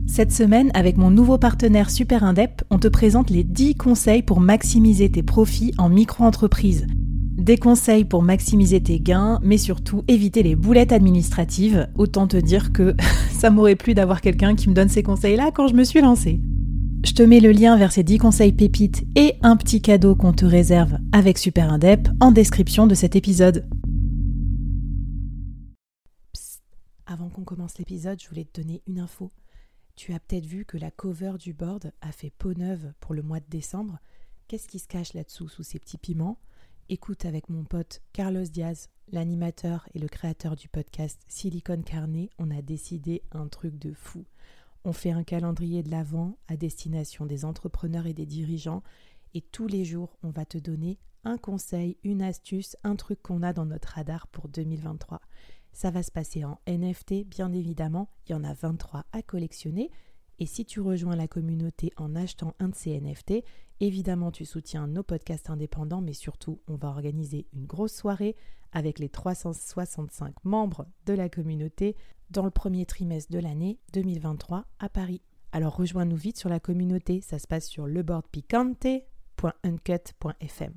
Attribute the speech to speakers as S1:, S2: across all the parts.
S1: Cette semaine, avec mon nouveau partenaire Super Indep, on te présente les 10 conseils pour maximiser tes profits en micro-entreprise. Des conseils pour maximiser tes gains, mais surtout éviter les boulettes administratives. Autant te dire que ça m'aurait plu d'avoir quelqu'un qui me donne ces conseils-là quand je me suis lancée. Je te mets le lien vers ces 10 conseils pépites et un petit cadeau qu'on te réserve avec Super Indep en description de cet épisode. Psst, avant qu'on commence l'épisode, je voulais te donner une info. Tu as peut-être vu que la cover du board a fait peau neuve pour le mois de décembre. Qu'est-ce qui se cache là-dessous sous ces petits piments ? Écoute avec mon pote Carlos Diaz, l'animateur et le créateur du podcast Silicon Carnet, on a décidé un truc de fou. On fait un calendrier de l'Avent à destination des entrepreneurs et des dirigeants et tous les jours, on va te donner un conseil, une astuce, un truc qu'on a dans notre radar pour 2023. Ça va se passer en NFT, bien évidemment, il y en a 23 à collectionner. Et si tu rejoins la communauté en achetant un de ces NFT, évidemment tu soutiens nos podcasts indépendants, mais surtout on va organiser une grosse soirée avec les 365 membres de la communauté dans le premier trimestre de l'année 2023 à Paris. Alors rejoins-nous vite sur la communauté, ça se passe sur leboardpicante.uncut.fm.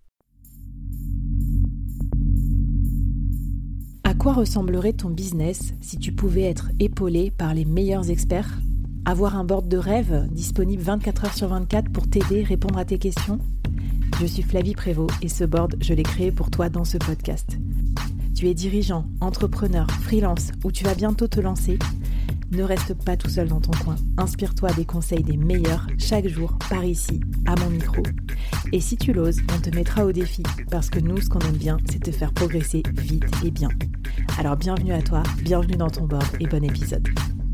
S1: À quoi ressemblerait ton business si tu pouvais être épaulé par les meilleurs experts ? Avoir un board de rêve disponible 24 heures sur 24 pour t'aider, répondre à tes questions ? Je suis Flavie Prévost et ce board, je l'ai créé pour toi dans ce podcast. Tu es dirigeant, entrepreneur, freelance ou tu vas bientôt te lancer ? Ne reste pas tout seul dans ton coin. Inspire-toi des conseils des meilleurs chaque jour par ici, à mon micro. Et si tu l'oses, on te mettra au défi parce que nous, ce qu'on aime bien, c'est te faire progresser vite et bien. Alors bienvenue à toi, bienvenue dans ton board et bon épisode.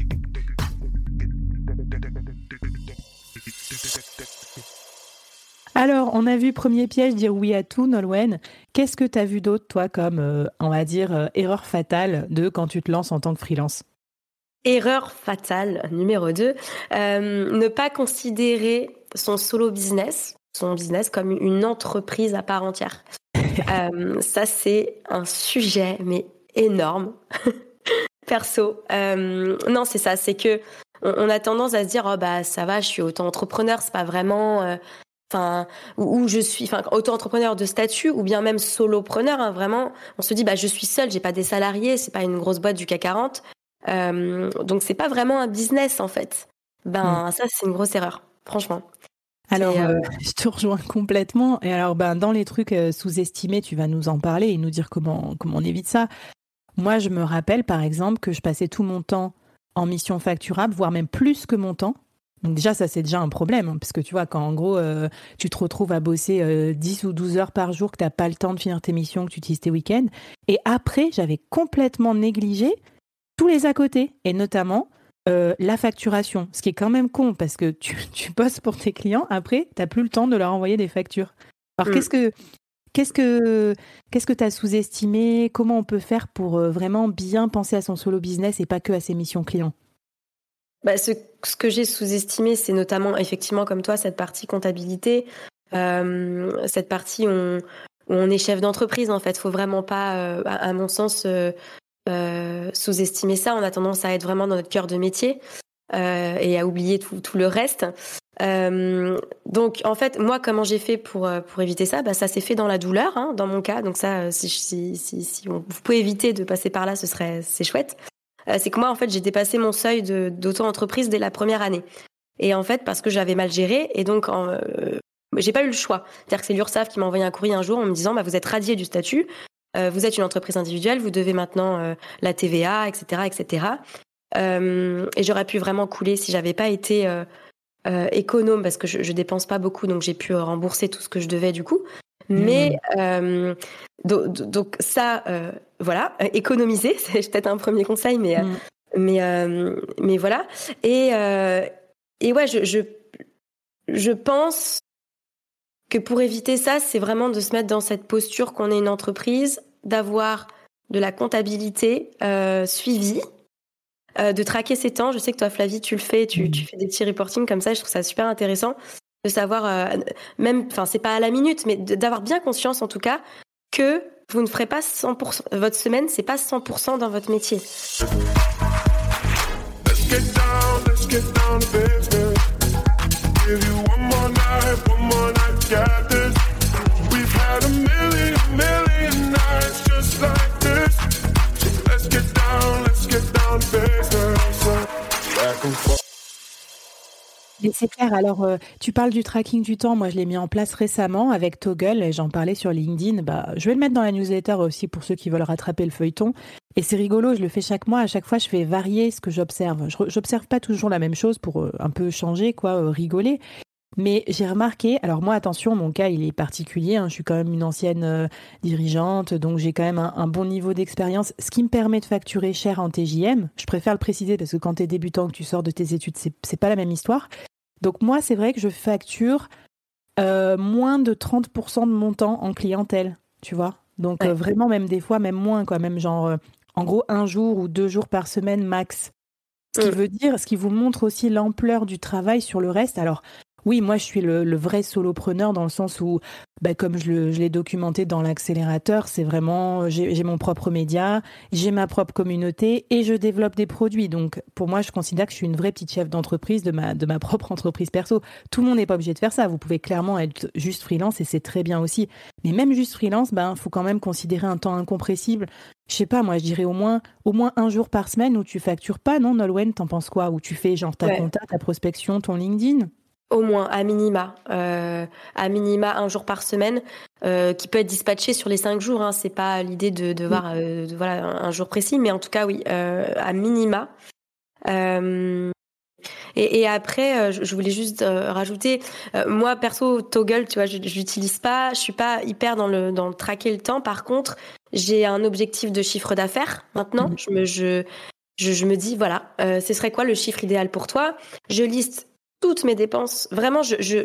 S1: Alors, on a vu premier piège dire oui à tout, Nolwenn. Qu'est-ce que tu as vu d'autre, toi, comme, on va dire, erreur fatale de quand tu te lances en tant que freelance ?
S2: Erreur fatale, numéro 2, ne pas considérer son son business comme une entreprise à part entière. Ça, c'est un sujet, mais énorme. Perso, non, c'est ça, c'est que on a tendance à se dire, oh bah ça va, je suis auto-entrepreneur, c'est pas vraiment... ou je suis auto-entrepreneur de statut ou bien même solopreneur, hein, vraiment, on se dit bah je suis seule, j'ai pas des salariés, c'est pas une grosse boîte du CAC 40, donc c'est pas vraiment un business en fait. Ça c'est une grosse erreur, franchement.
S1: Alors je te rejoins complètement. Et alors dans les trucs sous-estimés, tu vas nous en parler et nous dire comment on évite ça. Moi je me rappelle par exemple que je passais tout mon temps en mission facturable, voire même plus que mon temps. Donc déjà, ça, c'est déjà un problème, hein, parce que tu vois, quand en gros, tu te retrouves à bosser 10 ou 12 heures par jour, que tu n'as pas le temps de finir tes missions, que tu utilises tes week-ends. Et après, j'avais complètement négligé tous les à côté, et notamment la facturation, ce qui est quand même con, parce que tu bosses pour tes clients, après, tu n'as plus le temps de leur envoyer des factures. Alors, qu'est-ce que tu as sous-estimé ? Comment on peut faire pour vraiment bien penser à son solo business et pas que à ses missions clients ?
S2: Ce que j'ai sous-estimé, c'est notamment, effectivement, comme toi, cette partie comptabilité, cette partie où on est chef d'entreprise, en fait. Faut vraiment pas, à mon sens, sous-estimer ça. On a tendance à être vraiment dans notre cœur de métier et à oublier tout le reste. Donc, en fait, moi, comment j'ai fait pour éviter ça ? Ça s'est fait dans la douleur, hein, dans mon cas. Donc ça, si vous pouvez éviter de passer par là, c'est chouette. C'est que moi, en fait, j'ai dépassé mon seuil d'auto-entreprise dès la première année. Et en fait, parce que j'avais mal géré, et donc j'ai pas eu le choix. C'est-à-dire que c'est l'URSSAF qui m'a envoyé un courrier un jour en me disant vous êtes radié du statut, vous êtes une entreprise individuelle, vous devez maintenant la TVA, etc., etc. Et j'aurais pu vraiment couler si j'avais pas été économe, parce que je dépense pas beaucoup, donc j'ai pu rembourser tout ce que je devais du coup. Mais donc ça, voilà, économiser, c'est peut-être un premier conseil, mais voilà. Et ouais, je pense que pour éviter ça, c'est vraiment de se mettre dans cette posture qu'on est une entreprise, d'avoir de la comptabilité suivie, de traquer ses temps. Je sais que toi, Flavie, tu le fais, tu fais des petits reporting comme ça, je trouve ça super intéressant. De savoir, c'est pas à la minute, mais d'avoir bien conscience, en tout cas, que vous ne ferez pas 100%, votre semaine, c'est pas 100% dans votre métier.
S3: let's get down to business. Give you one more night, got this. We've had a million nights just like this. So let's get down to business. Back and forth.
S1: Et c'est clair. Alors, tu parles du tracking du temps. Moi, je l'ai mis en place récemment avec Toggle et j'en parlais sur LinkedIn. Je vais le mettre dans la newsletter aussi pour ceux qui veulent rattraper le feuilleton. Et c'est rigolo, je le fais chaque mois. À chaque fois, je fais varier ce que j'observe. J'observe pas toujours la même chose pour un peu changer, rigoler. Mais j'ai remarqué, alors moi, attention, mon cas, il est particulier. Je suis quand même une ancienne dirigeante, donc j'ai quand même un bon niveau d'expérience, ce qui me permet de facturer cher en TJM. Je préfère le préciser parce que quand tu es débutant, que tu sors de tes études, c'est pas la même histoire. Donc moi, c'est vrai que je facture moins de 30% de mon temps en clientèle, tu vois. Donc vraiment, même des fois, même moins, même genre, en gros, 1 jour ou 2 jours par semaine max. Ce qui vous montre aussi l'ampleur du travail sur le reste. Alors, oui, moi, je suis le vrai solopreneur dans le sens où, comme je l'ai documenté dans l'accélérateur, c'est vraiment, j'ai mon propre média, j'ai ma propre communauté et je développe des produits. Donc, pour moi, je considère que je suis une vraie petite chef d'entreprise de ma propre entreprise perso. Tout le monde n'est pas obligé de faire ça. Vous pouvez clairement être juste freelance et c'est très bien aussi. Mais même juste freelance, faut quand même considérer un temps incompressible. Je sais pas, moi, je dirais au moins 1 jour par semaine où tu factures pas, non, Nolwenn, t'en penses quoi? Où tu fais genre ta compta, ta prospection, ton LinkedIn?
S2: Au moins, à minima 1 jour par semaine, qui peut être dispatché sur les 5 jours. C'est pas l'idée de voir un jour précis, mais en tout cas, oui, à minima. Et après, je voulais juste rajouter, moi perso, Toggle, tu vois, je l'utilise pas, je suis pas hyper dans le traquer le temps. Par contre, j'ai un objectif de chiffre d'affaires maintenant. Je me dis, voilà, ce serait quoi le chiffre idéal pour toi? Je liste toutes mes dépenses. Vraiment,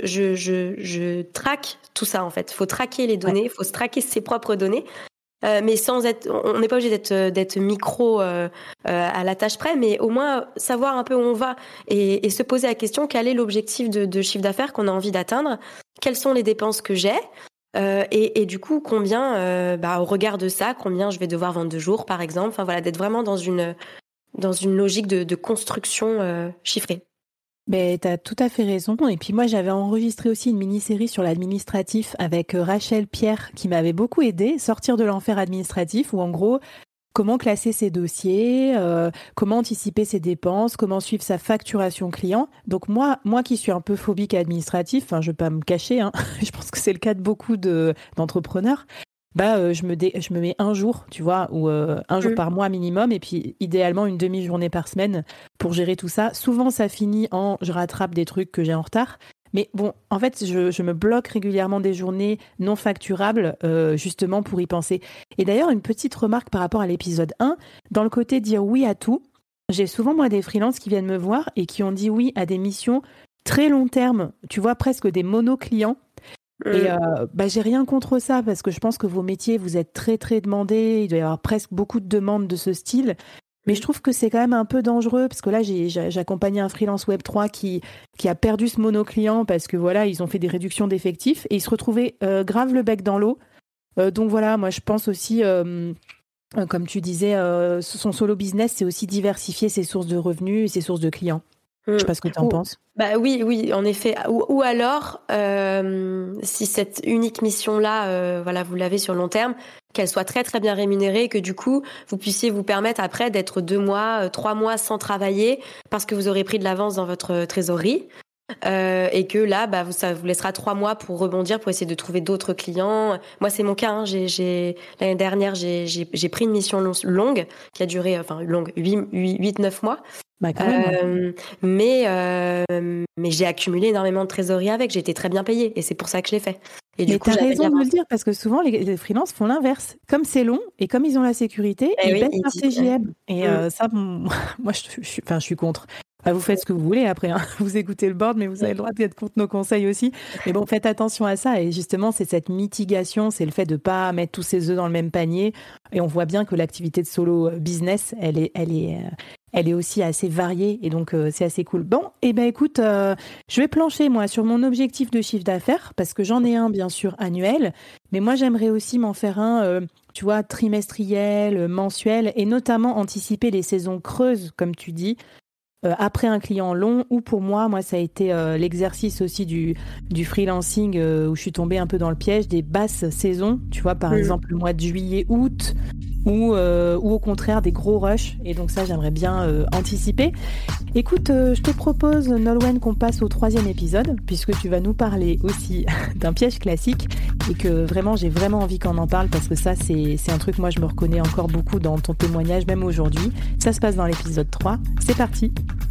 S2: je traque tout ça, en fait. Faut traquer les données, faut se traquer ses propres données. Mais sans être, on n'est pas obligé d'être micro à la tâche près, mais au moins savoir un peu où on va et se poser la question, quel est l'objectif de chiffre d'affaires qu'on a envie d'atteindre? Quelles sont les dépenses que j'ai? Et du coup, combien, au regard de ça, combien je vais devoir vendre de jours, par exemple. Enfin voilà, d'être vraiment dans une logique de construction chiffrée.
S1: T'as tout à fait raison. Et puis moi, j'avais enregistré aussi une mini-série sur l'administratif avec Rachel Pierre qui m'avait beaucoup aidé, sortir de l'enfer administratif, où en gros, comment classer ses dossiers, comment anticiper ses dépenses, comment suivre sa facturation client. Donc moi qui suis un peu phobique administratif, je vais pas me cacher, je pense que c'est le cas de beaucoup d'entrepreneurs. Je me mets 1 jour, tu vois, ou 1 jour par mois minimum, et puis idéalement une demi-journée par semaine pour gérer tout ça. Souvent, ça finit je rattrape des trucs que j'ai en retard. Mais bon, en fait, je me bloque régulièrement des journées non facturables, justement pour y penser. Et d'ailleurs, une petite remarque par rapport à l'épisode 1, dans le côté dire oui à tout, j'ai souvent, moi, des freelances qui viennent me voir et qui ont dit oui à des missions très long terme, tu vois, presque des mono-clients. Et j'ai rien contre ça parce que je pense que vos métiers, vous êtes très très demandés, il doit y avoir presque beaucoup de demandes de ce style, mais je trouve que c'est quand même un peu dangereux parce que là j'accompagnais un freelance Web3 qui a perdu ce mono-client parce que voilà, ils ont fait des réductions d'effectifs et il se retrouvait grave le bec dans l'eau. Donc voilà, moi je pense aussi, comme tu disais, son solo business, c'est aussi diversifier ses sources de revenus et ses sources de clients. Je sais pas ce que tu en penses.
S2: Oui, en effet. Ou alors, si cette unique mission-là, vous l'avez sur le long terme, qu'elle soit très très bien rémunérée, que du coup, vous puissiez vous permettre après d'être 2 mois, 3 mois sans travailler parce que vous aurez pris de l'avance dans votre trésorerie. Et que là, ça vous laissera 3 mois pour rebondir, pour essayer de trouver d'autres clients. Moi, c'est mon cas. L'année dernière, j'ai pris une mission longue qui a duré, 8-9 mois.
S1: Quand même.
S2: Mais j'ai accumulé énormément de trésorerie avec. J'ai été très bien payée et c'est pour ça que je l'ai fait. Et
S1: mais tu as raison de me le dire parce que souvent les freelances font l'inverse. Comme c'est long et comme ils ont la sécurité, ils baissent leur TJM. Et ça, moi, je suis contre. Vous faites ce que vous voulez après, vous écoutez le board, mais vous avez le droit d'être contre nos conseils aussi. Mais bon, faites attention à ça. Et justement, c'est cette mitigation, c'est le fait de ne pas mettre tous ses œufs dans le même panier. Et on voit bien que l'activité de solo business, elle est aussi assez variée. Et donc, c'est assez cool. Bon, écoute, je vais plancher, moi, sur mon objectif de chiffre d'affaires, parce que j'en ai un, bien sûr, annuel. Mais moi, j'aimerais aussi m'en faire un, tu vois, trimestriel, mensuel, et notamment anticiper les saisons creuses, comme tu dis. après un client long, ou pour moi ça a été l'exercice aussi du freelancing où je suis tombée un peu dans le piège des basses saisons, tu vois, par exemple le mois de juillet, août, ou au contraire des gros rushs. Et donc ça, j'aimerais bien anticiper. Écoute, je te propose, Nolwenn, qu'on passe au 3e épisode, puisque tu vas nous parler aussi d'un piège classique et que vraiment, j'ai vraiment envie qu'on en parle parce que ça, c'est un truc, moi, je me reconnais encore beaucoup dans ton témoignage, même aujourd'hui. Ça se passe dans l'épisode 3. C'est parti.